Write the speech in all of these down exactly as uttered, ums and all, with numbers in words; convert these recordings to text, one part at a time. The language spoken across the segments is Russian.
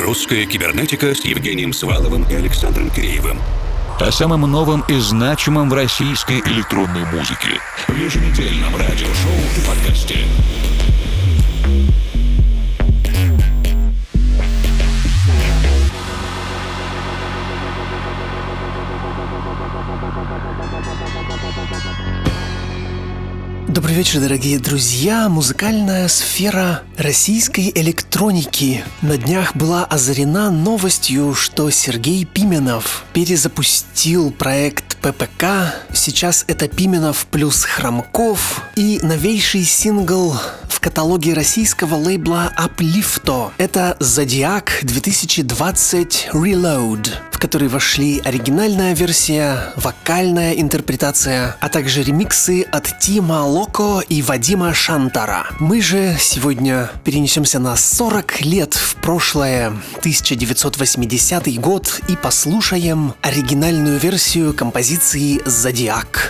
Русская кибернетика с Евгением Сваловым и Александром Киреевым. О самом новом и значимом в российской электронной музыке. В еженедельном радиошоу и подкасте. Добрый вечер, дорогие друзья! Музыкальная сфера российской электроники на днях была озарена новостью, что Сергей Пименов перезапустил проект ППК. Сейчас это Пименов плюс Хромков и новейший сингл в каталоге российского лейбла Uplifto. Это Zodiac две тысячи двадцать Reload, в который вошли оригинальная версия, вокальная интерпретация, а также ремиксы от Тима Локо и Вадима Шантара. Мы же сегодня перенесемся на сорок лет в прошлое, тысяча девятьсот восьмидесятый год, и послушаем оригинальную версию композиции Zodiac.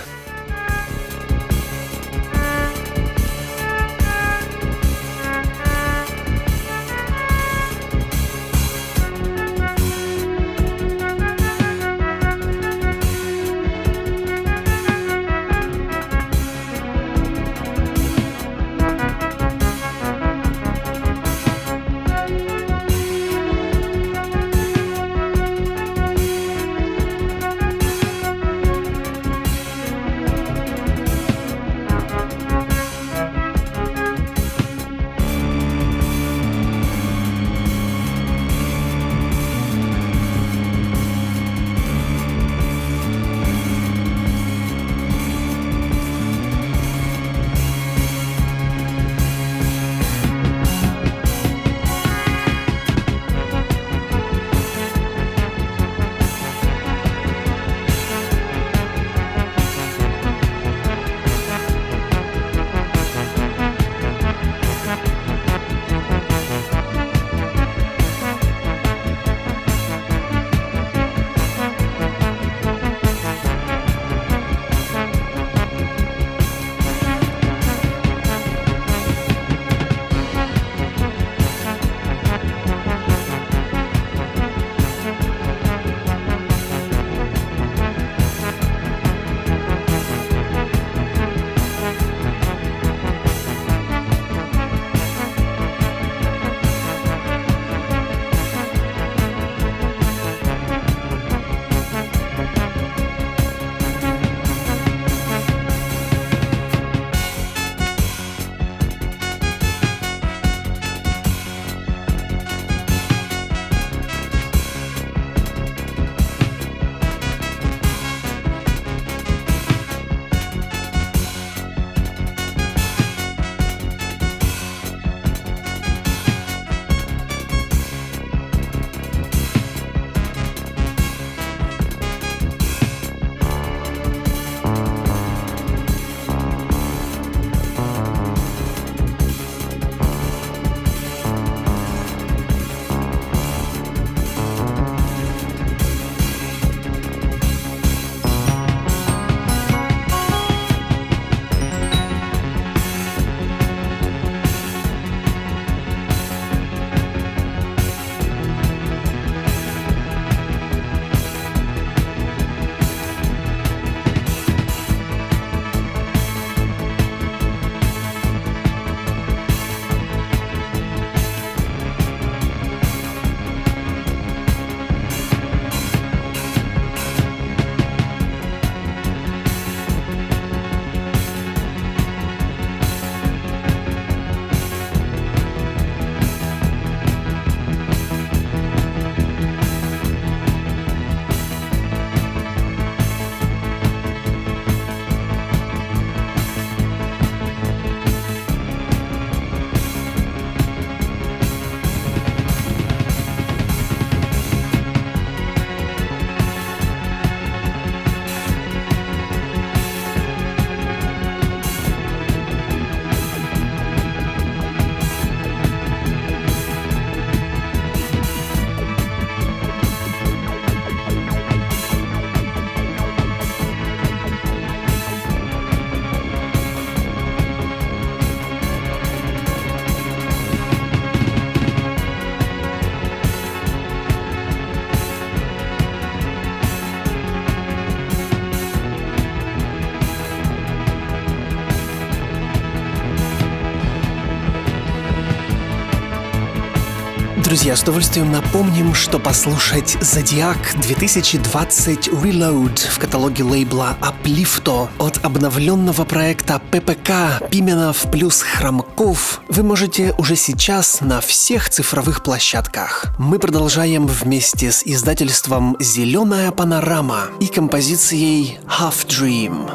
Друзья, с удовольствием напомним, что послушать «Зодиак две тысячи двадцать Reload» в каталоге лейбла Uplifto от обновленного проекта ППК Пименов плюс Хромков вы можете уже сейчас на всех цифровых площадках. Мы продолжаем вместе с издательством «Зеленая панорама» и композицией «Half Dream».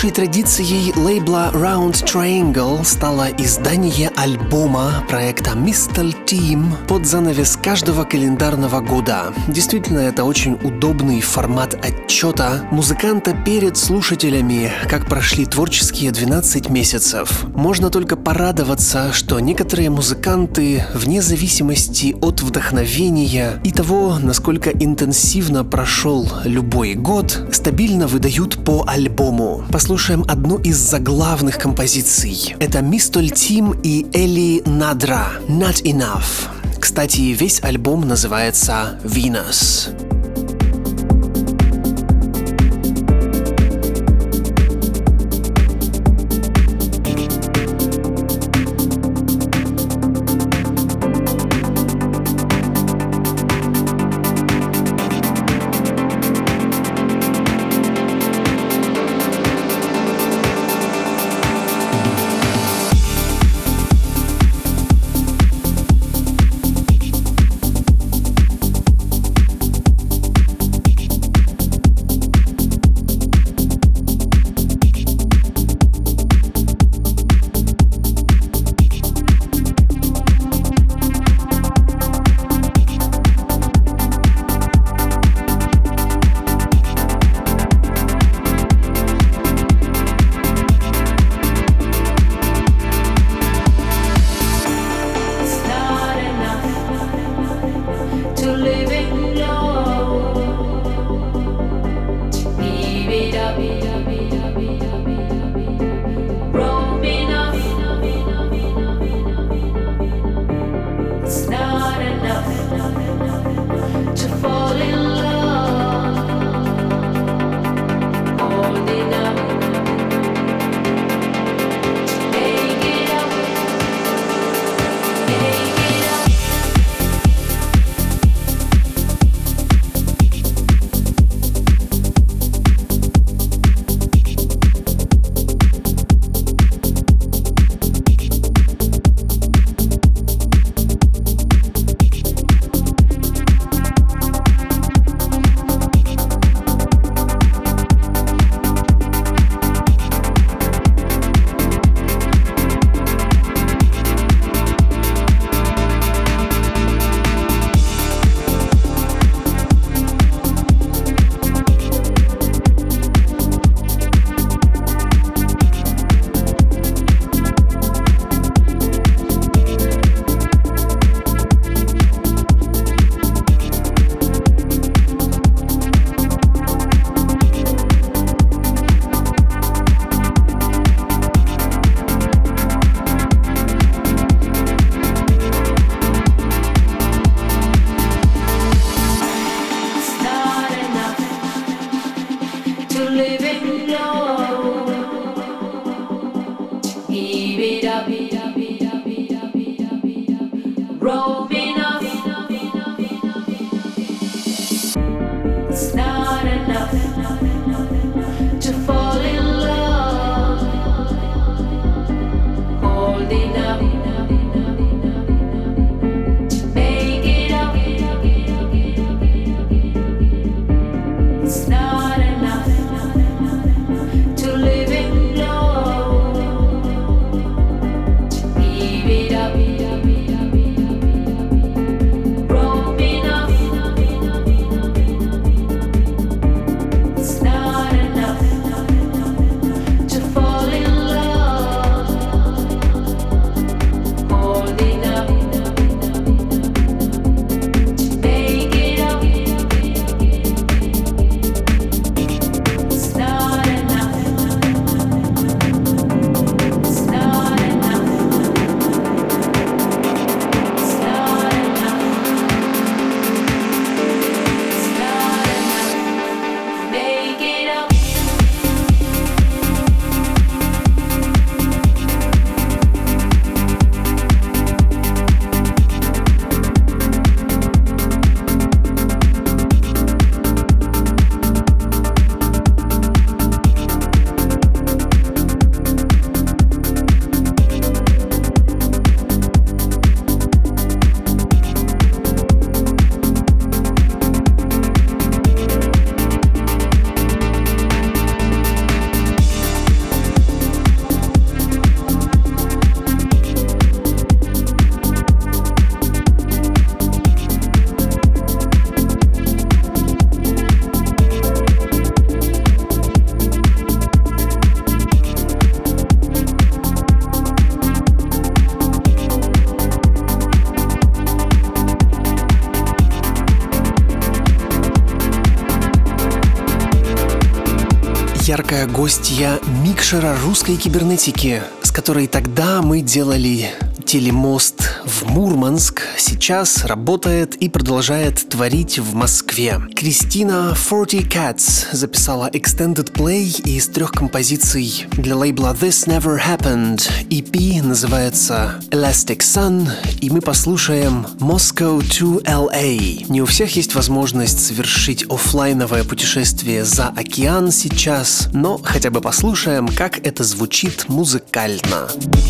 Хорошей традицией лейбла Round Triangle стало издание альбома проекта Mistel Team под занавес каждого календарного года. Действительно, это очень удобный формат отчета музыканта перед слушателями, как прошли творческие двенадцать месяцев. Можно только порадоваться, что некоторые музыканты, вне зависимости от вдохновения и того, насколько интенсивно прошел любой год, стабильно выдают по альбому. Послушаем одну из заглавных композиций. Это Mistel Team и Eli Nadra «Not Enough». Кстати, весь альбом называется «Venus». яркая гостья микшера русской кибернетики, с которой тогда мы делали телемост в Мурманск, сейчас работает и продолжает творить в Москве. Кристина сорок Cats записала extended play из трех композиций для лейбла This Never Happened. и пи называется Elastic Sun, и мы послушаем Moscow to эл эй. Не у всех есть возможность совершить оффлайновое путешествие за океан сейчас, но хотя бы послушаем, как это звучит музыкально.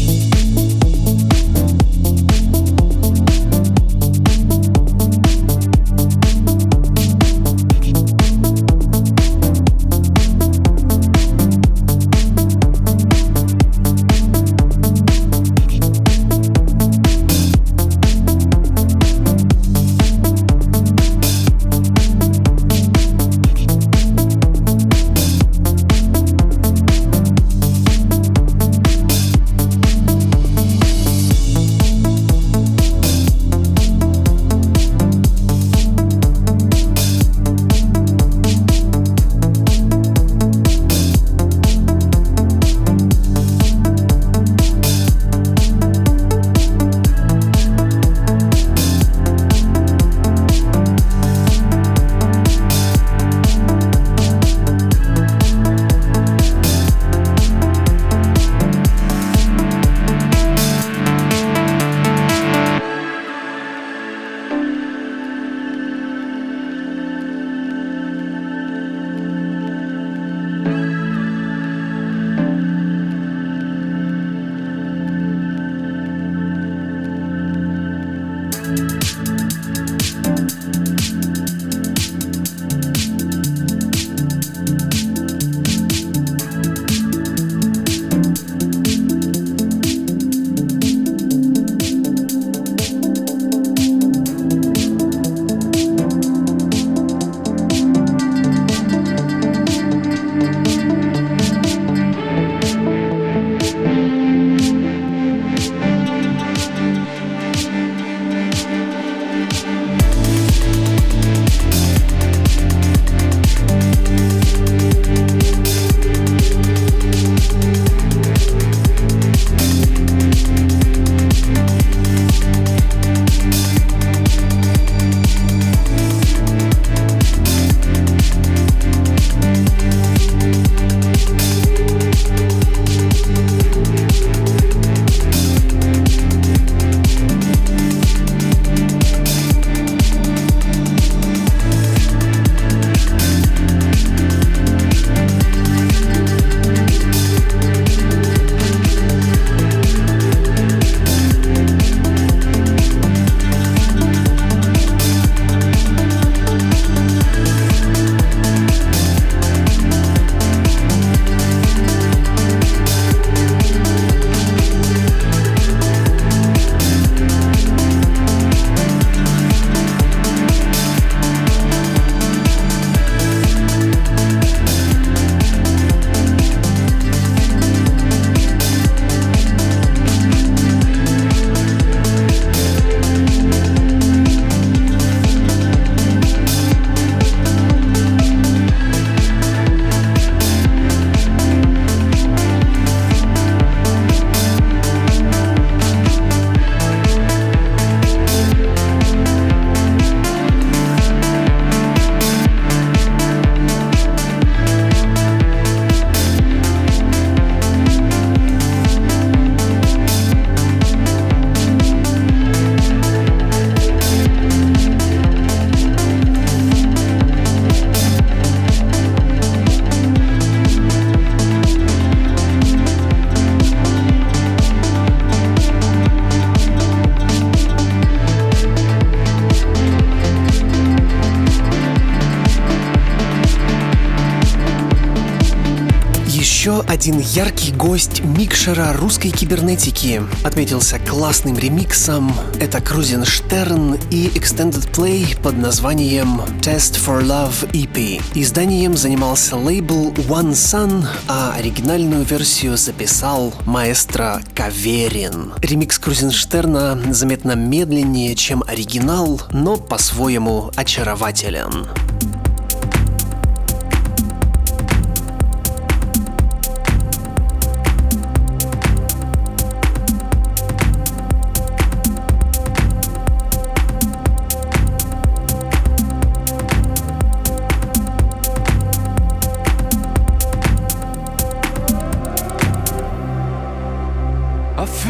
Еще один яркий гость микшера русской кибернетики отметился классным ремиксом. Это Крузенштерн и Extended Play под названием Test for Love и пи. Изданием занимался лейбл One Sun, а оригинальную версию записал маэстро Каверин. Ремикс Крузенштерна заметно медленнее, чем оригинал, но по-своему очарователен.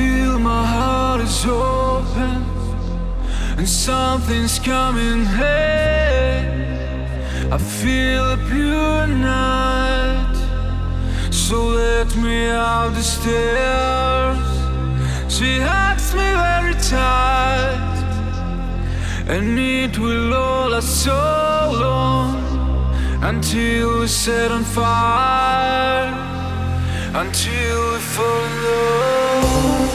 feel my heart is open and something's coming here. I feel a pure night, so let me out the stairs. She hugs me very tight, and it will all last so long, until we set on fire, until we fall in love.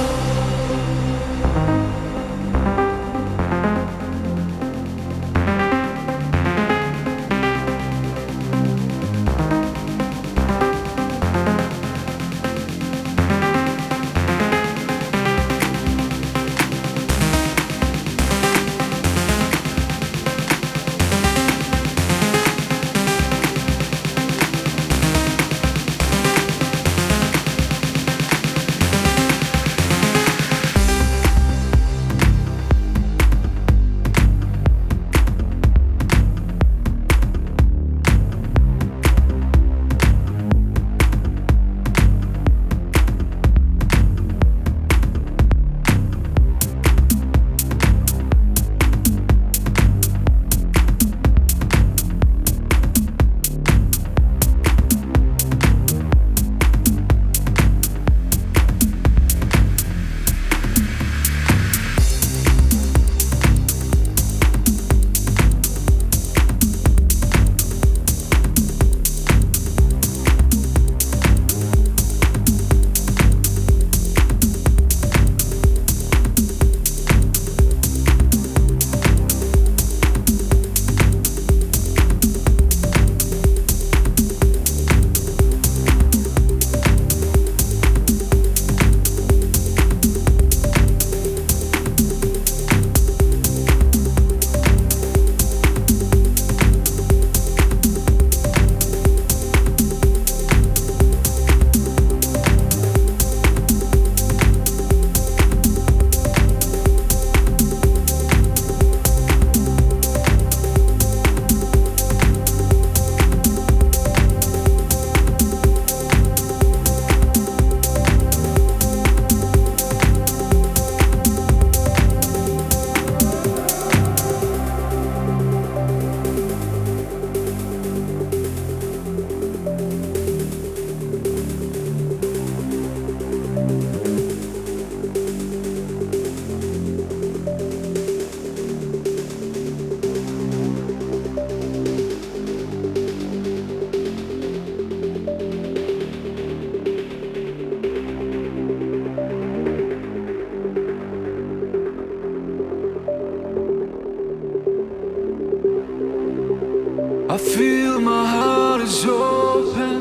I feel my heart is open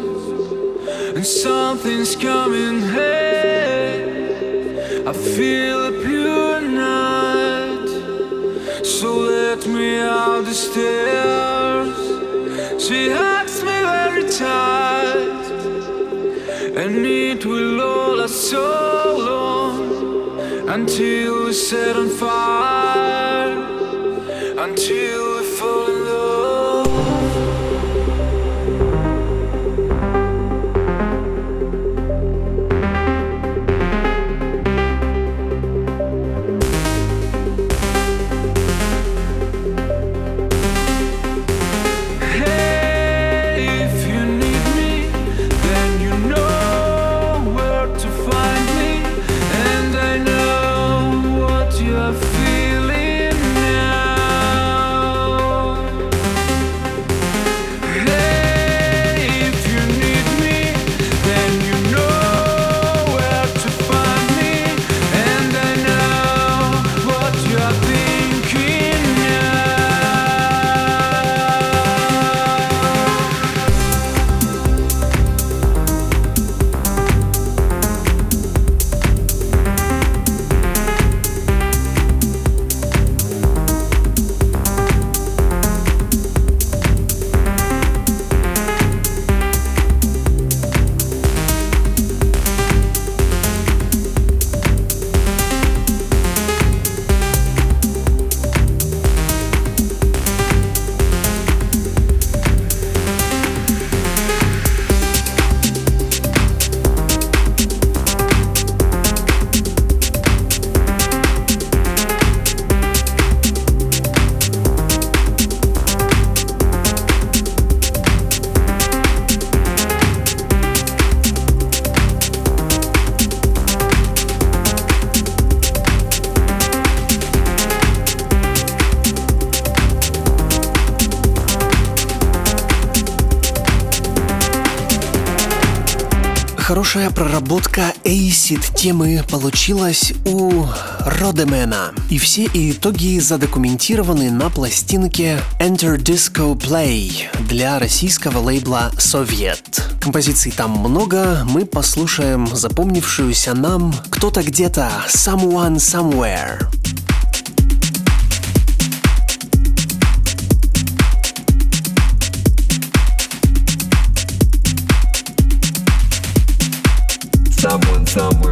and something's coming here. I feel a pure night, so let me out the stairs. She hugs me very tight, and it will all last so long, until we set on fire, until we fall in love. I know. Feeling now. хорошая проработка эйсид темы получилась у Родемена. И все итоги задокументированы на пластинке Enter Disco Play для российского лейбла Soviet. Композиций там много, мы послушаем запомнившуюся нам «Кто-то где-то» Someone Somewhere. Someone somewhere.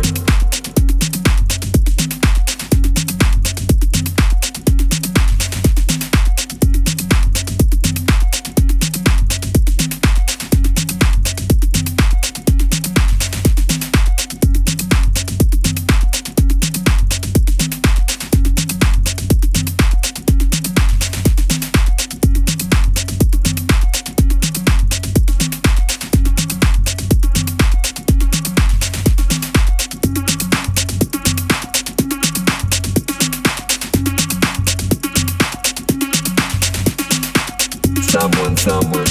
Someone somewhere.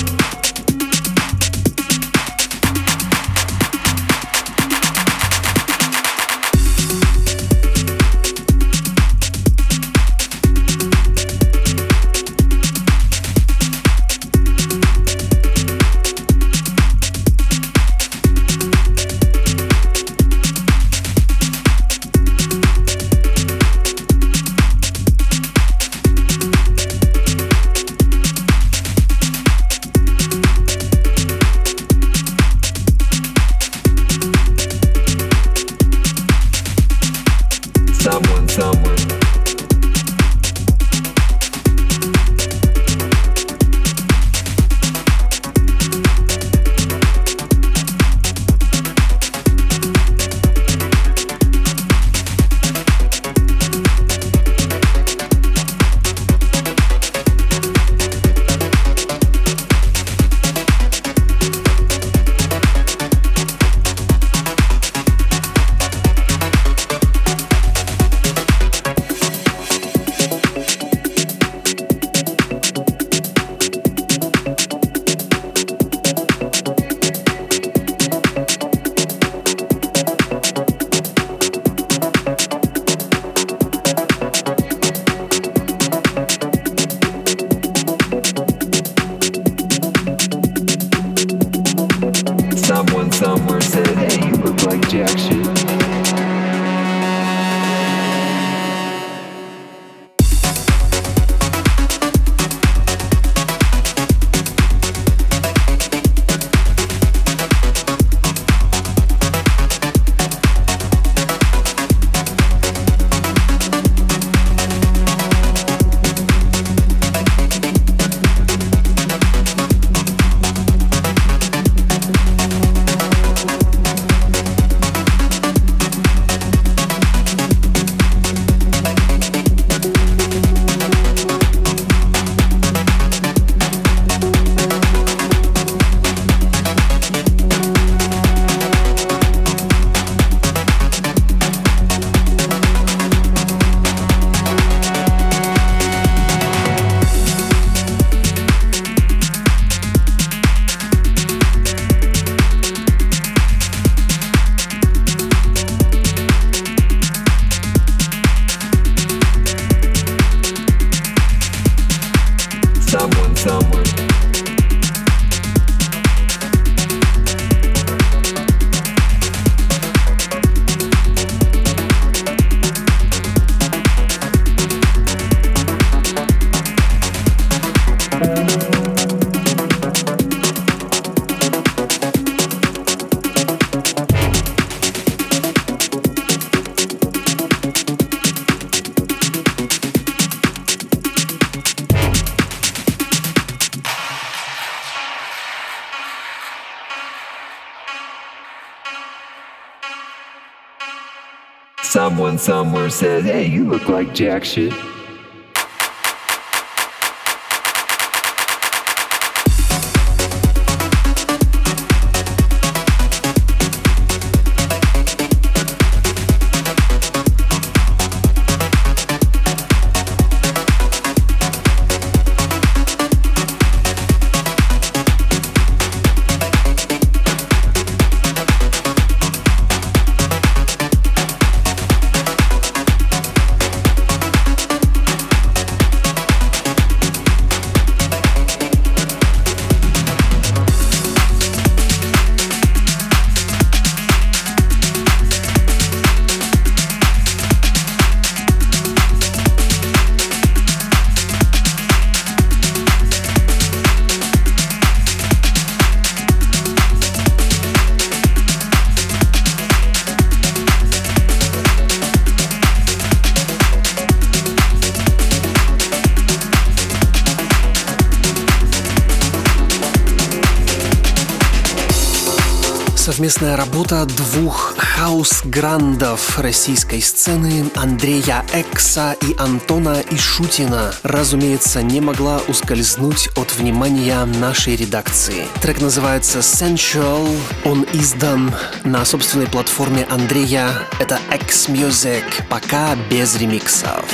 Someone somewhere. Someone somewhere said, hey, you look like jack shit. Someone somewhere. Someone somewhere said, hey, you look like jack shit. совместная работа двух хаус-грандов российской сцены Андрея Экса и Антона Ишутина, разумеется, не могла ускользнуть от внимания нашей редакции. Трек называется Sensual, он издан на собственной платформе Андрея, это X-Music, пока без ремиксов.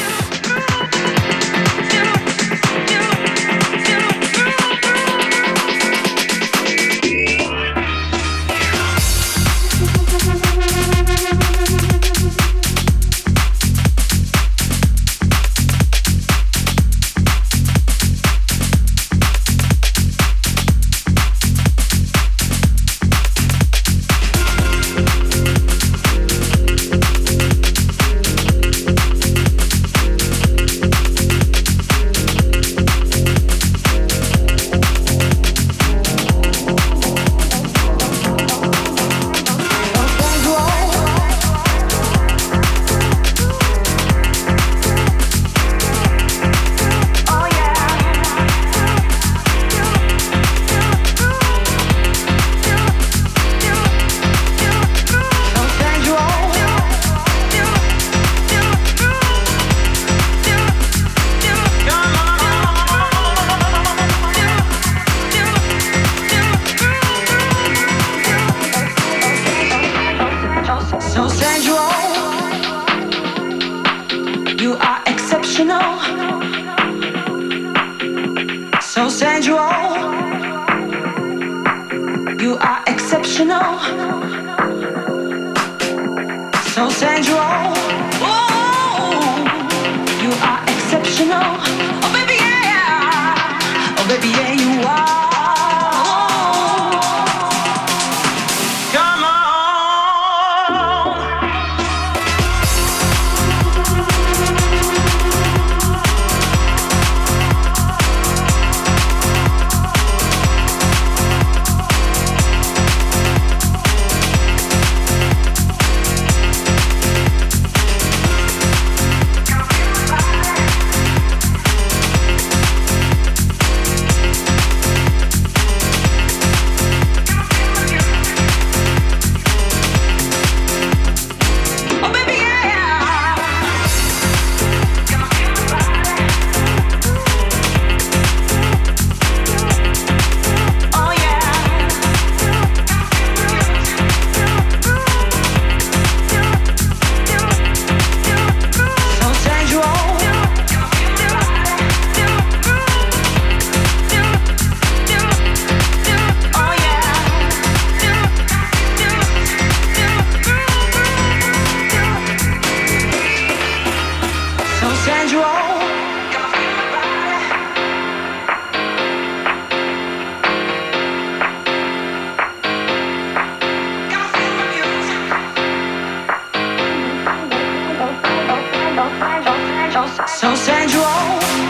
So sensual,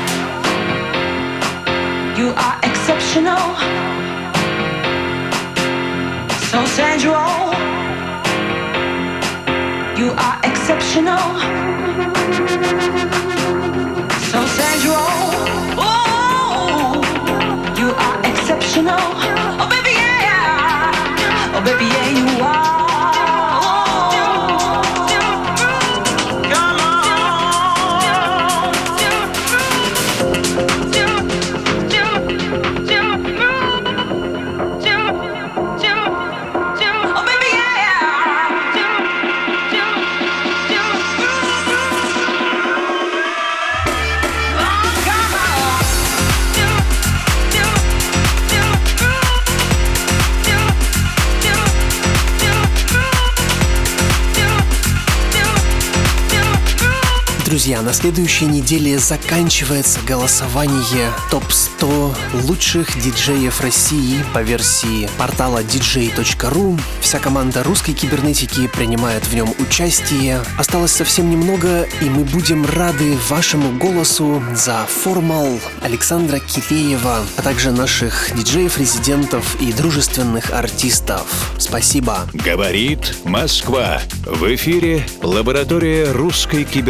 you are exceptional. So sensual, you are exceptional. So sensual, oh, you are exceptional. Oh baby yeah, oh baby yeah you are. Друзья, на следующей неделе заканчивается голосование топ сто лучших диджеев России по версии портала ди джей точка ру. Вся команда русской кибернетики принимает в нем участие. Осталось совсем немного, и мы будем рады вашему голосу за Формал, Александра Киреева, а также наших диджеев-резидентов и дружественных артистов. Спасибо. Говорит Москва. В эфире лаборатория русской кибернетики.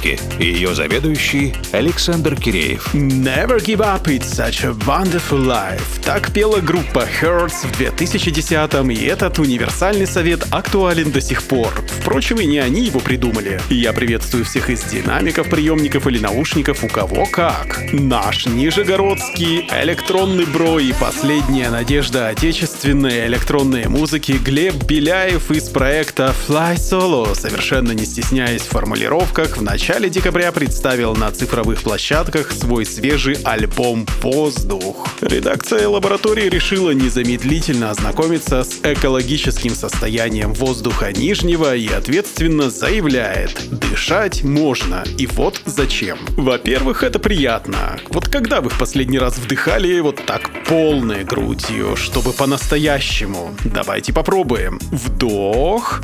музыки. Ее заведующий Александр Киреев. Never give up, it's such a wonderful life. Так пела группа Hertz в две тысячи десятом, и этот универсальный совет актуален до сих пор. Впрочем, и не они его придумали. Я приветствую всех из динамиков, приемников или наушников, у кого как. Наш нижегородский электронный бро и последняя надежда отечественной электронной музыки Глеб Беляев из проекта Fly Solo, совершенно не стесняясь в формулировках, в начале декабря представил на цифровых площадках свой свежий альбом «Воздух». Редакция лаборатории решила незамедлительно ознакомиться с экологическим состоянием воздуха Нижнего и ответственно заявляет: дышать можно, и вот зачем. Во-первых, это приятно. Вот когда вы в последний раз вдыхали вот так полной грудью, чтобы по-настоящему? Давайте попробуем. Вдох.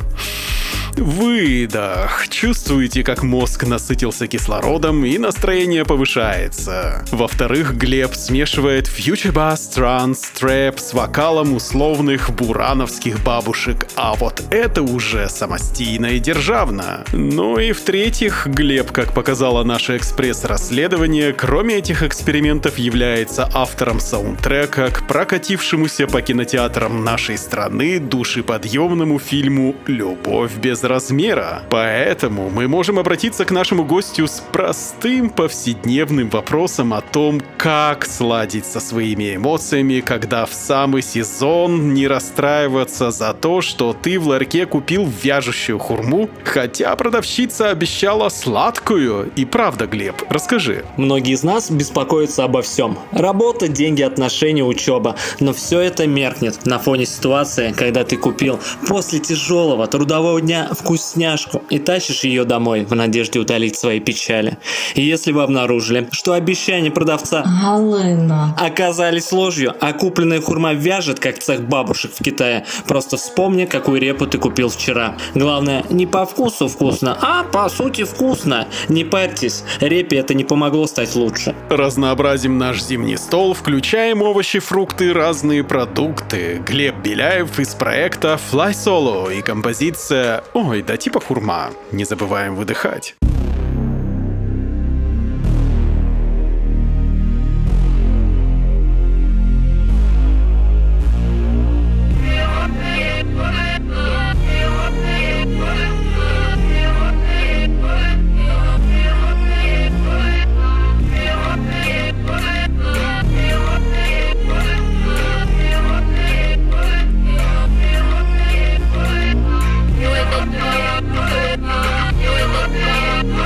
Выдох. Чувствуете, как мозг насытился кислородом и настроение повышается. Во-вторых, Глеб смешивает Future Bass Trance Trap с вокалом условных бурановских бабушек, а вот это уже самостийно и державно. Ну и в-третьих, Глеб, как показало наше экспресс-расследование, кроме этих экспериментов является автором саундтрека к прокатившемуся по кинотеатрам нашей страны душеподъемному фильму «Любовь без размера». Поэтому мы можем обратиться к нашему гостю с простым повседневным вопросом о том, как сладить со своими эмоциями, когда в самый сезон не расстраиваться за то, что ты в ларьке купил вяжущую хурму, хотя продавщица обещала сладкую. И правда, Глеб, расскажи. Многие из нас беспокоятся обо всем. Работа, деньги, отношения, учеба. Но все это меркнет на фоне ситуации, когда ты купил после тяжелого трудового дня вкусняшку и тащишь ее домой в надежде утолить свои печали. И если вы обнаружили, что обещания продавца Галина. оказались ложью, а купленная хурма вяжет, как цех бабушек в Китае, просто вспомни, какую репу ты купил вчера. Главное, не по вкусу вкусно, а по сути вкусно. Не парьтесь, репе это не помогло стать лучше. Разнообразим наш зимний стол, включаем овощи, фрукты, разные продукты. Глеб Беляев из проекта Fly Solo и композиция «Ой, да типа хурма». Не забываем выдыхать. You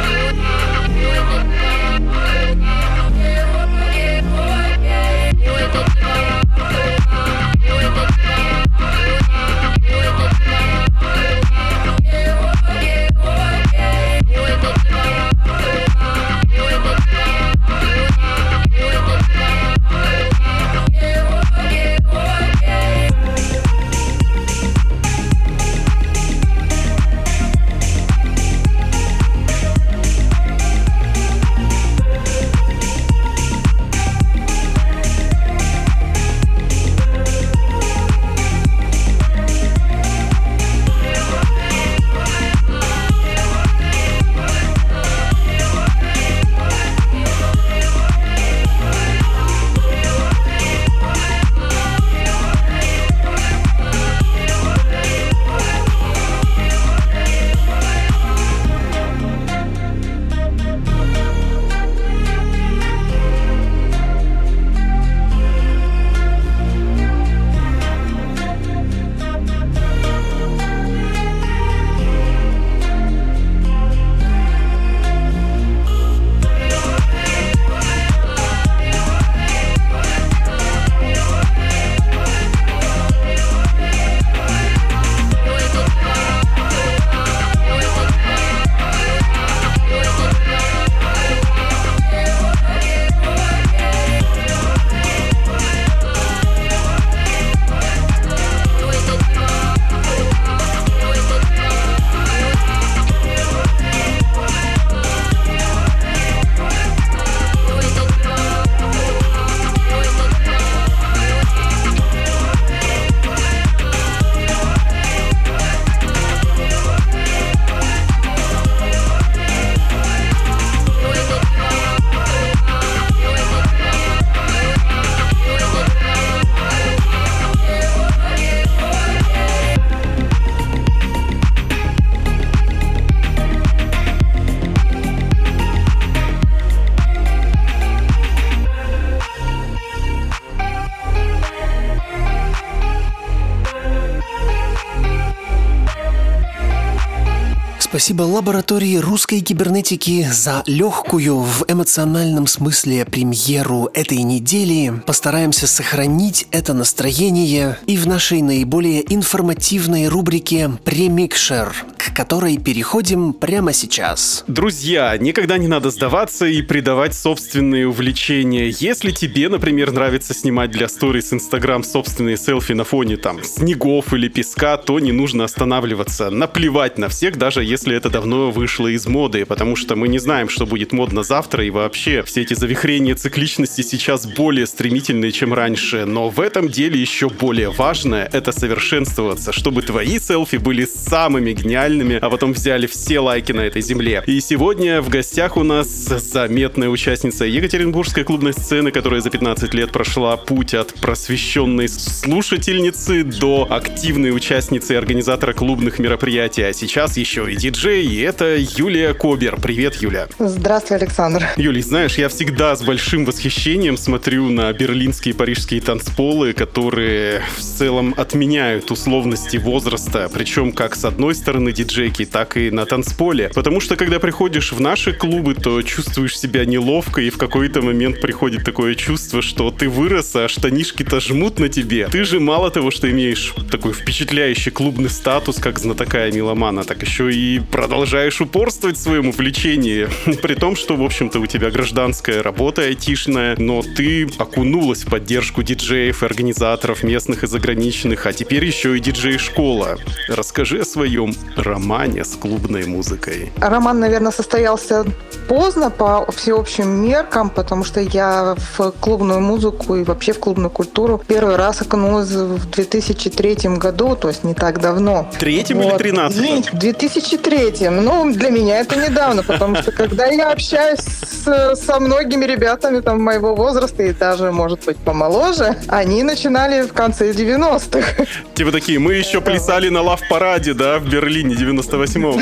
Спасибо лаборатории русской кибернетики за легкую в эмоциональном смысле премьеру этой недели. Постараемся сохранить это настроение и в нашей наиболее информативной рубрике «Премикшер», к которой переходим прямо сейчас. Друзья, никогда не надо сдаваться и придавать собственные увлечения. Если тебе, например, нравится снимать для сторис Instagram собственные селфи на фоне там снегов или песка, то не нужно останавливаться. Наплевать на всех, даже если это давно вышло из моды, потому что мы не знаем, что будет модно завтра, и вообще все эти завихрения цикличности сейчас более стремительные, чем раньше. Но в этом деле еще более важное — это совершенствоваться, чтобы твои селфи были самыми гениальными, а потом взяли все лайки на этой земле. И сегодня в гостях у нас заметная участница екатеринбургской клубной сцены, которая за пятнадцать лет прошла путь от просвещенной слушательницы до активной участницы и организатора клубных мероприятий, а сейчас еще и диджей, и это Юлия Кобер. Привет, Юля. Здравствуй, Александр. Юлий, знаешь, я всегда с большим восхищением смотрю на берлинские и парижские танцполы, которые в целом отменяют условности возраста, причем как с одной стороны диджейки, так и на танцполе. Потому что когда приходишь в наши клубы, то чувствуешь себя неловко, и в какой-то момент приходит такое чувство, что ты вырос, а штанишки-то жмут на тебе. Ты же мало того, что имеешь такой впечатляющий клубный статус, как знатока и меломана, так еще и продолжаешь упорствовать в своем увлечении. При том, что, в общем-то, у тебя гражданская работа айтишная, но ты окунулась в поддержку диджеев и организаторов местных и заграничных, а теперь еще и диджей-школа. Расскажи о своем романе с клубной музыкой. Роман, наверное, состоялся поздно по всеобщим меркам, потому что я в клубную музыку и вообще в клубную культуру первый раз окунулась в две тысячи третьем году, то есть не так давно. Третьем вот. Или тринадцатом? В две тысячи третьем. Ну, для меня это недавно, потому что когда я общаюсь с, со многими ребятами там моего возраста и даже, может быть, помоложе, они начинали в конце девяностых. Типа такие, мы еще плясали на лав-параде, да, в Берлине девяносто восьмом.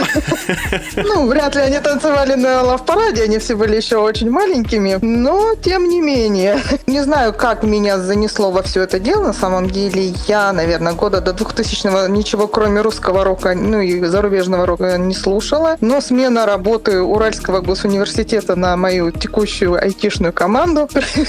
Ну, вряд ли они танцевали на лав-параде, они все были еще очень маленькими, но тем не менее. Не знаю, как меня занесло во все это дело, на самом деле я, наверное, года до двухтысячного ничего кроме русского рока, ну и зарубежного рока не слушала, но смена работы Уральского госуниверситета на мою текущую айтишную команду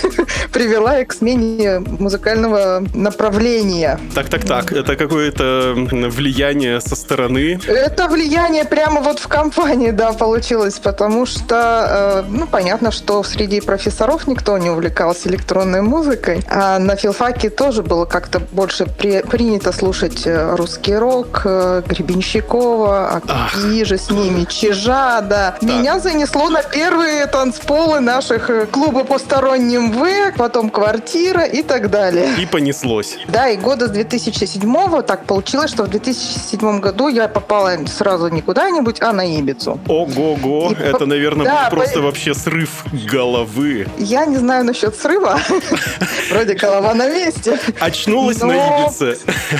привела к смене музыкального направления. Так-так-так, это какое-то влияние со стороны? Это влияние прямо вот в компании, да, получилось, потому что, э, ну, понятно, что среди профессоров никто не увлекался электронной музыкой, а на филфаке тоже было как-то больше при, принято слушать русский рок, э, Гребенщикова, и же с ними, Чижа, да. Меня занесло на первые танцполы наших клуба «Посторонним В», потом «Квартира» и так далее. И понеслось. Да, и года с две тысячи седьмого так получилось, что в две тысячи седьмом году я попала сразу не куда-нибудь, а на Ибицу. Ого-го, и это, по... наверное, да, был просто по... вообще срыв головы. Я не знаю насчет срыва. Вроде голова на месте. Очнулась на Ибице.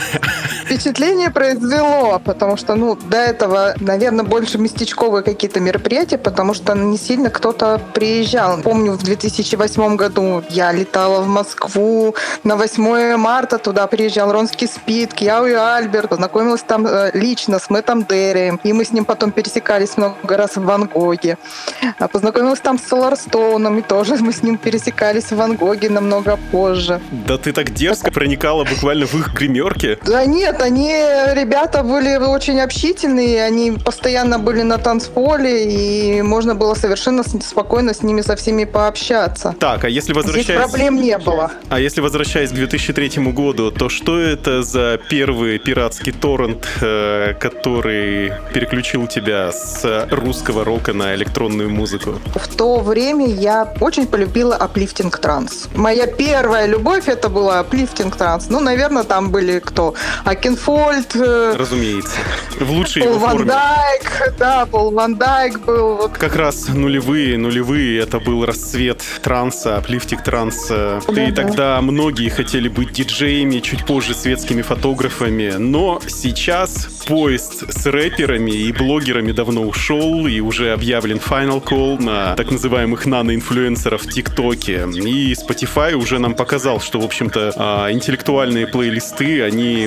Впечатление произвело, потому что, ну, до этого, наверное, больше местечковые какие-то мероприятия, потому что не сильно кто-то приезжал. Помню, в две тысячи восьмом году я летала в Москву, на восьмое марта туда приезжал Ронский Спид, Кьяу и Альберт, познакомилась там э, лично с Мэттом Деррием, и мы с ним потом пересекались много раз в Ван Гоге. Познакомилась там с Соларстоуном, и тоже мы с ним пересекались в Ван Гоге намного позже. Да ты так дерзко проникала буквально в их гримерки? Да нет, они, ребята, были очень общительные, они постоянно были на танцполе, и можно было совершенно спокойно с ними со всеми пообщаться. Так, а если возвращаясь... Здесь проблем не было. А если возвращаясь к две тысячи третьему году, то что это за первый пиратский торрент, э, который переключил тебя с русского рока на электронную музыку? В то время я очень полюбила аплифтинг транс. Моя первая любовь это была аплифтинг транс. Ну, наверное, там были кто? Акинфольд. Э, Разумеется. В лучшей Пол его форме. Ван Дайк, да, Пол Ван Дайк был. Вот. Как раз нулевые, нулевые, это был расцвет транса, аплифтинг транса. Да, и тогда да. Многие хотели быть диджеями, чуть позже светскими фотографами, но сейчас поезд с рэперами и блогерами давно ушел, и уже объявлен Final Call на так называемых нано-инфлюенсеров в ТикТоке. И Spotify уже нам показал, что, в общем-то, интеллектуальные плейлисты, они могут заменить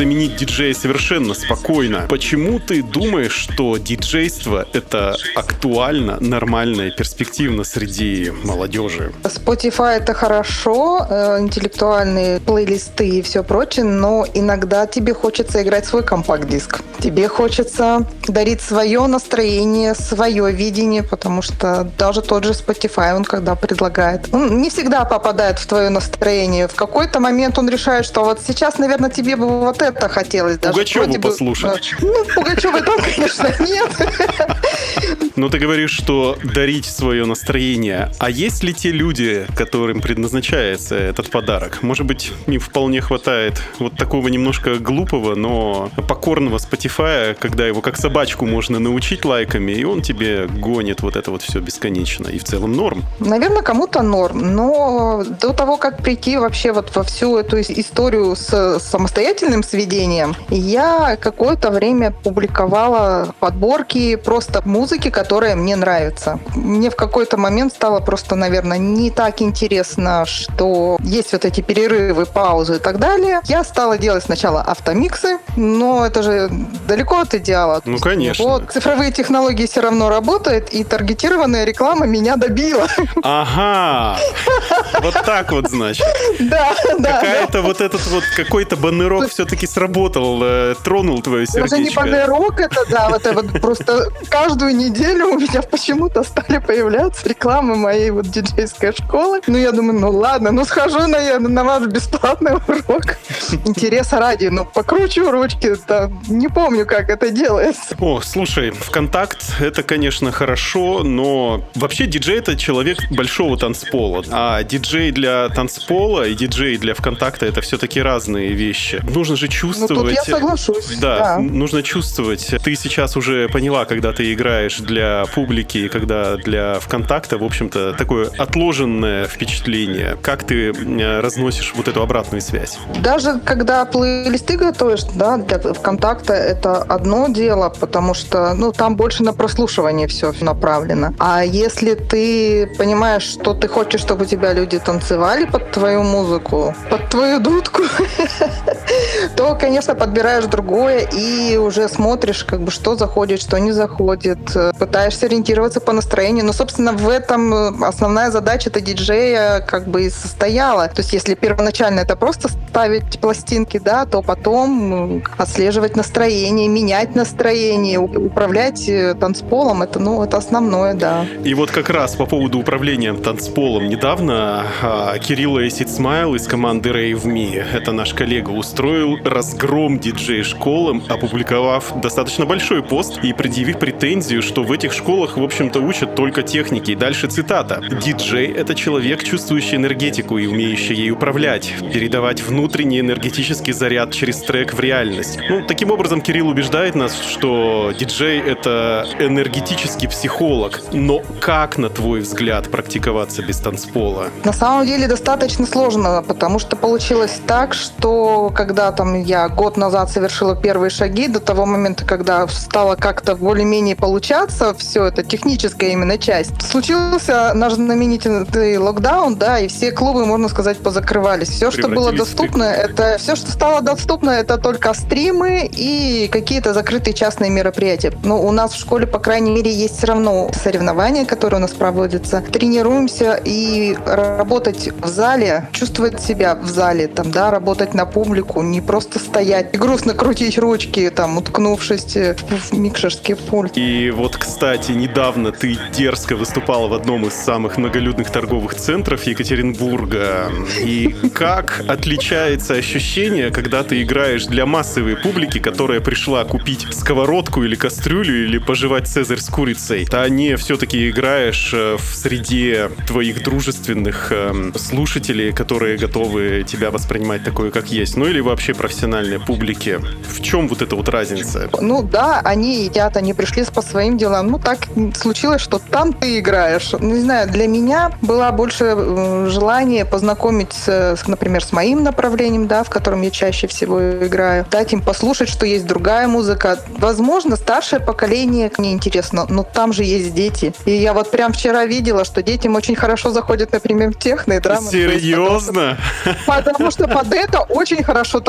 заменить диджея совершенно спокойно. Почему ты думаешь, что диджейство — это актуально, нормально и перспективно среди молодежи? Spotify — это хорошо, э, интеллектуальные плейлисты и все прочее, но иногда тебе хочется играть свой компакт-диск. Тебе хочется дарить свое настроение, свое видение, потому что даже тот же Spotify, он когда предлагает, он не всегда попадает в твое настроение. В какой-то момент он решает, что вот сейчас, наверное, тебе бы вот это хотелось. Даже Пугачеву послушать. Бы, ну, Пугачевой там, конечно, нет. Но ты говоришь, что дарить свое настроение. А есть ли те люди, которым предназначается этот подарок? Может быть, им вполне хватает вот такого немножко глупого, но покорного Spotify, когда его как собачку можно научить лайками, и он тебе гонит вот это вот все бесконечно. И в целом норм. Наверное, кому-то норм, но до того, как прийти вообще вот во всю эту историю с самостоятельным сведением, я какое-то время публиковала подборки просто музыки, которая мне нравится. Мне в какой-то момент стало просто, наверное, не так интересно, что есть вот эти перерывы, паузы и так далее. Я стала делать сначала автомиксы, но это же далеко от идеала. Ну, конечно. Вот цифровые технологии все равно работают, и таргетированная реклама меня добила. Ага, вот так вот, значит. Да, да. Какая-то вот этот вот какой-то баннерок все-таки сработал, э, тронул твое сердечко. Даже не баннерок это, да, вот это вот просто каждую неделю у меня почему-то стали появляться рекламы моей вот диджейской школы. Ну, я думаю, ну ладно, ну схожу на, я, на ваш бесплатный урок. Интереса ради, ну покручу ручки, да, не помню, как это делается. О, слушай, ВКонтакт — это, конечно, хорошо, но вообще диджей — это человек большого танцпола. А диджей для танцпола и диджей для ВКонтакта — это все-таки разные вещи. Нужно же чувствовать... Ну, тут я соглашусь. Да, да, нужно чувствовать. Ты сейчас уже поняла, когда ты играешь для публики и когда для ВКонтакта, в общем-то, такое отложенное впечатление. Как ты разносишь вот эту обратную связь? Даже когда плейлисты готовишь, да, для ВКонтакта, это одно дело, потому что, ну, там больше на прослушивание все направлено. А если ты понимаешь, что ты хочешь, чтобы у тебя люди танцевали под твою музыку, под твою дудку, то, конечно, подбираешь другое и уже смотришь, как бы, что заходит, что не заходит, пытаешься ориентироваться по настроению. Но, собственно, в этом основная задача-то диджея как бы и состояла. То есть, если первоначально это просто ставить пластинки, да, то потом отслеживать настроение, менять настроение, управлять танцполом, это, ну, это основное, да. И вот как раз по поводу управления танцполом недавно а, Кирилл Acid Smile из команды Rave Me, это наш коллега, устроил разгром диджей-школам, опубликовав достаточно большой пост и предъявив претензию, что в этих школах, в общем-то, учат только техники. И дальше цитата. «Диджей — это человек, чувствующий энергетику и умеющий ей управлять, передавать внутренний энергетический заряд через трек в реальность». Ну, таким образом, Кирилл убеждает нас, что диджей — это энергетический психолог. Но как, на твой взгляд, практиковаться без танцпола? На самом деле достаточно сложно, потому что получилось так, что когда там я год назад совершила первые шаги, до того момента, когда стало как-то более-менее получаться, все это техническая именно часть, случился наш знаменитый локдаун, да, и все клубы, можно сказать, позакрывались. Все, что было доступно, это все, что стало доступно, это только стримы и какие-то закрытые частные мероприятия. Но у нас в школе, по крайней мере, есть все равно соревнования, которые у нас проводятся. Тренируемся и работать в зале, чувствовать себя в зале, там, да, работать на публику, не просто стоять и грустно крутить ручки, там, уткнувшись в микшерский пульт. И вот, кстати, недавно ты дерзко выступала в одном из самых многолюдных торговых центров Екатеринбурга. И как отличается ощущение, когда ты играешь для массовой публики, которая пришла купить сковородку или кастрюлю или пожевать цезарь с курицей, а не все-таки играешь в среде твоих дружественных э, слушателей, которые готовы тебя воспринимать такое, как есть, ну или вообще профессиональной публики. В чем вот эта вот разница? Ну да, они едят, они пришли по своим делам. Ну так случилось, что там ты играешь. Не знаю, для меня было больше желание познакомить, с, например, с моим направлением, да, в котором я чаще всего играю, дать им послушать, что есть другая музыка. Возможно, старшее поколение мне интересно, но там же есть дети. И я вот прям вчера видела, что детям очень хорошо заходят, например, техно и драма. Серьезно? Потому что, потому что под это очень хорошо танцевать.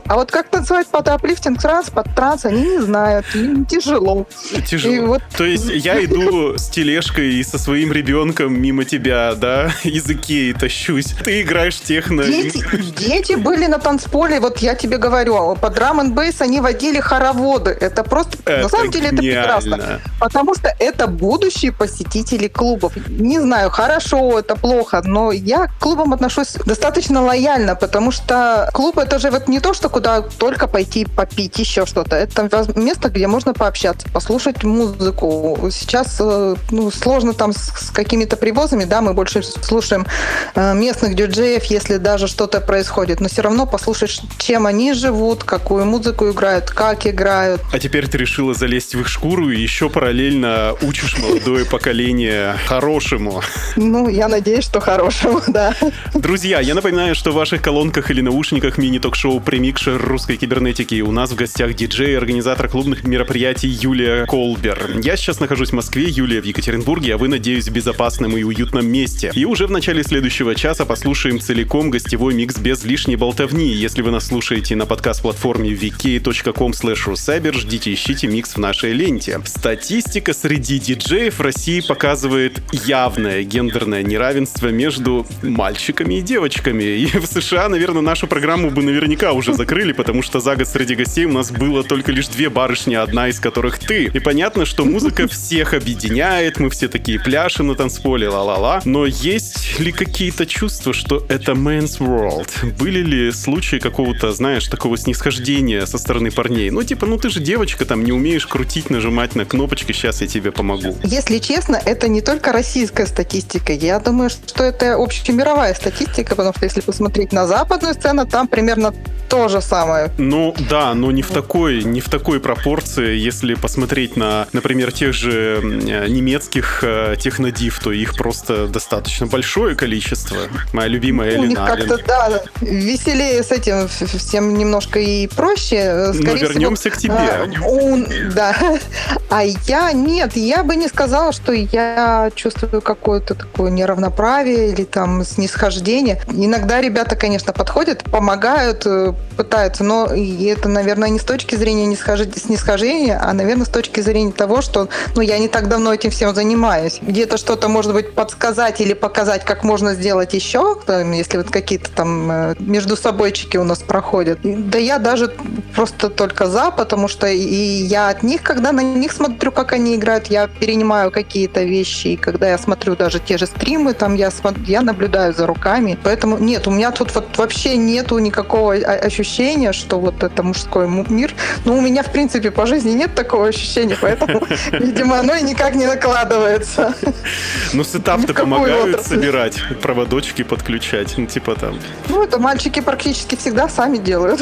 А вот как танцевать под аплифтинг транс, под транс, они не знают. Им тяжело. Тяжело. Вот... То есть я иду с тележкой и со своим ребенком мимо тебя, да, из Икеи тащусь. Ты играешь техно. Дети, дети были на танцполе, вот я тебе говорю, по драм энд бейс они водили хороводы. Это просто, это на самом деле, гениально. Это прекрасно. Потому что это будущие посетители клубов. Не знаю, хорошо, это плохо, но я к клубам отношусь достаточно лояльно, потому что клуб — это же вот не то, что куда только пойти попить, еще что-то. Это место, где можно пообщаться, послушать музыку. Сейчас ну, сложно там с, с какими-то привозами, да, мы больше слушаем э, местных диджеев, если даже что-то происходит, но все равно послушать, чем они живут, какую музыку играют, как играют. А теперь ты решила залезть в их шкуру и еще параллельно учишь молодое поколение хорошему. Ну, я надеюсь, что хорошему, да. Друзья, я напоминаю, что в ваших колонках или наушниках мини-ток-шоу «Премикшер русской кибернетики» у нас в гостях диджей и организатор клубных мероприятий Юлия Колбер. Я сейчас нахожусь в Москве, Юлия в Екатеринбурге, а вы, надеюсь, в безопасном и уютном месте. И уже в начале следующего часа послушаем целиком гостевой микс без лишней болтовни. Если вы нас слушаете на подкаст-платформе ви кей точка ком слэш русайбер, ждите, ищите микс в нашей ленте. Статистика среди диджеев в России показывает явное гендерное неравенство между мальчиками и девочками. И в США, наверное, нашу программу бы наверняка уже закрыли, потому что за год среди гостей у нас было только лишь две барышни, одна из которых ты. И понятно, что музыка всех объединяет, мы все такие пляшем на танцполе, ла-ла-ла. Но есть ли какие-то чувства, что это man's world? Были ли случаи какого-то, знаешь, такого снисхождения со стороны парней? Ну, типа, ну ты же девочка, там не умеешь крутить, нажимать на кнопочки, сейчас я тебе помогу. Если честно, это не только российская статистика. Я думаю, что это общемировая статистика, потому что если посмотреть на западную сцену, там примерно то же самое. Ну, да, но не в такой, не в такой пропорции. Если посмотреть на, например, тех же немецких э, технодив, то их просто достаточно большое количество. Моя любимая Эллен У них Аллен. как-то, да, веселее с этим всем немножко и проще. Скорее но вернемся всего, к тебе. А, он, да. А я нет, я бы не сказала, что я чувствую какое-то такое неравноправие или там снисхождение. Иногда ребята, конечно, подходят, помогают, пытаются, но это, наверное, не с точки зрения снисхождения, а, наверное, с точки зрения того, что ну, я не так давно этим всем занимаюсь. Где-то что-то, может быть, подсказать или показать, как можно сделать еще, если вот какие-то там между собойчики у нас проходят. Да я даже просто только за, потому что и я от них, когда на них смотрю, как они играют, я перенимаю какие-то вещи, и когда я смотрю даже те же стримы, там я, смотрю, я наблюдаю за руками. Поэтому нет, у меня тут вот вообще нету никакого ощущения, что вот это мужской мир. Ну, у меня, в принципе, по жизни нет такого ощущения, поэтому, видимо, оно и никак не накладывается. Ну, сетап-то помогают собирать, проводочки подключать, ну, типа там. Ну, это мальчики практически всегда сами делают.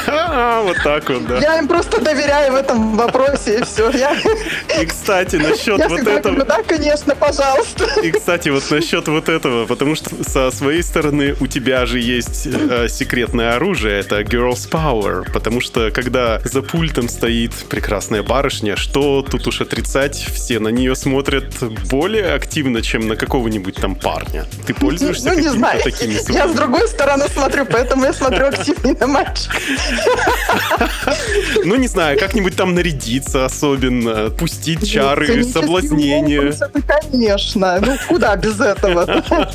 Вот так вот, да. Я им просто доверяю в этом вопросе, и все. И, кстати, насчет вот этого... Да, конечно, пожалуйста. И, кстати, вот насчет вот этого, потому что со своей стороны у тебя же есть э, секретное оружие, это Girls Power, потому что когда за пультом стоит прекрасная барышня, что тут уж отрицать, все на нее смотрят более активно, чем на какого-нибудь там парня. Ты пользуешься ну, не какими-то знаю. такими супер... Я с другой стороны смотрю, поэтому я смотрю активнее на мальчика. Ну, не знаю, как-нибудь там нарядиться особенно, пустить чары, соблазнения. Конечно. Ну, куда без этого?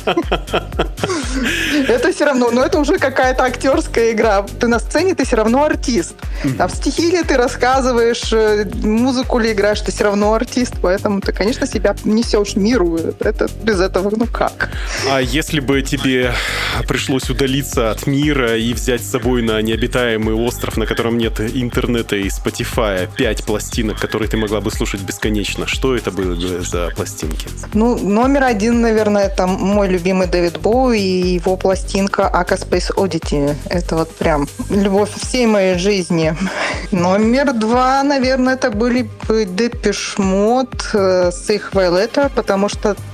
Это все равно, но это уже какая-то актерская игра. Ты на сцене, ты все равно артист. А в стихи ли ты рассказываешь, музыку ли играешь, ты все равно артист. Поэтому ты, конечно, себя несешь миру. Это без этого, ну как? А если бы тебе пришлось удалиться от мира и взять с собой на необитаемый остров, на котором нет интернета и Spotify, пять пластинок, которые ты могла бы слушать бесконечно, что это были бы за пластинки? Ну, номер один, наверное, это мой любимый Дэвид Боуи и его пластинка Aka Space Oddity. Это вот прям любовь всей моей жизни. Номер два, наверное, это были бы Depeche Mode с их Violator, потому что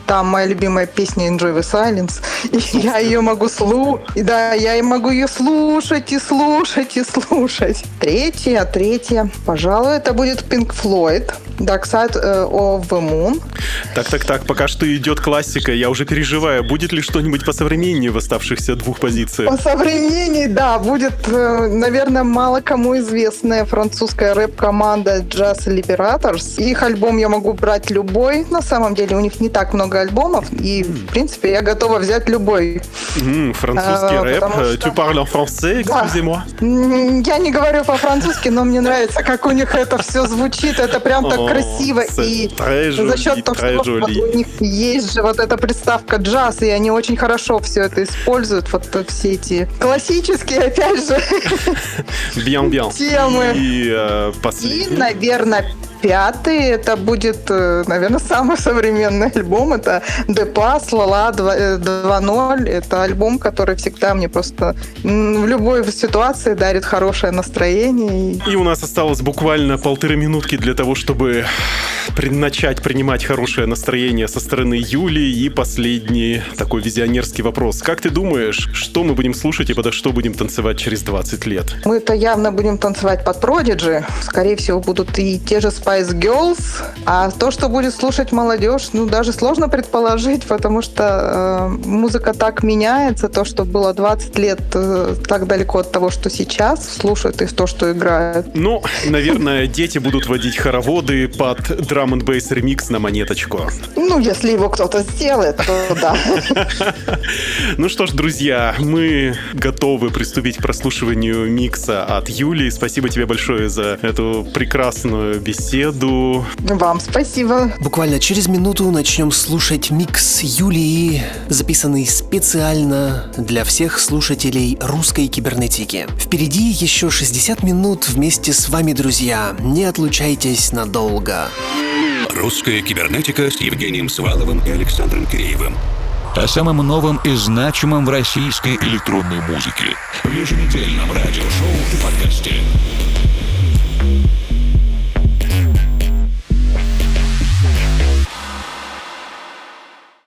Там моя любимая песня Enjoy the Silence. И я ее могу слушать. Да, я могу ее слушать и слушать и слушать. Третья, третья. Пожалуй, это будет Pink Floyd. Dark Side of the Moon. Так-так-так, пока что идет классика. Я уже переживаю, будет ли что-нибудь посовременнее в оставшихся двух позициях? По современней, да, будет, наверное, мало кому известная французская рэп-команда Jazz Liberators. Их альбом я могу брать любой. На самом деле у них не так много альбомов. И, в принципе, я готова взять любой. Mm, французский а, рэп. Что... Tu parles en français, excusez-moi? Да. Я не говорю по-французски, но мне нравится, как у них это все звучит. Это прям так красиво, и за счет того, что у них есть же вот эта приставка джаз, и они очень хорошо все это используют, вот все эти классические, опять же, bien, bien. темы. И, э, и, наверное, пятый, это будет, наверное, самый современный альбом. Это Депас, Лала два ноль. Это альбом, который всегда мне просто в любой ситуации дарит хорошее настроение. И у нас осталось буквально полторы минутки для того, чтобы начать принимать хорошее настроение со стороны Юли. И последний такой визионерский вопрос. Как ты думаешь, что мы будем слушать и подо что будем танцевать через двадцать лет? Мы-то явно будем танцевать под Prodigy. Скорее всего, будут и те же Spice Girls. А то, что будет слушать молодежь, ну, даже сложно предположить, потому что э, музыка так меняется. То, что было двадцать лет, э, так далеко от того, что сейчас слушают, и то, что играют. Ну, наверное, дети будут водить хороводы под драм-н-бейс ремикс на монеточку. Ну, если его кто-то сделает, то да. Ну что ж, друзья, мы готовы приступить к прослушиванию микса от Юли. Спасибо тебе большое за эту прекрасную беседу. Вам спасибо. Буквально через минуту начнем слушать микс Юлии, записанный специально для всех слушателей русской кибернетики. Впереди еще шестьдесят минут вместе с вами, друзья. Не отлучайтесь надолго. Русская кибернетика с Евгением Сваловым и Александром Киреевым. О самом новом и значимом в российской электронной музыке. В еженедельном радиошоу в подкасте.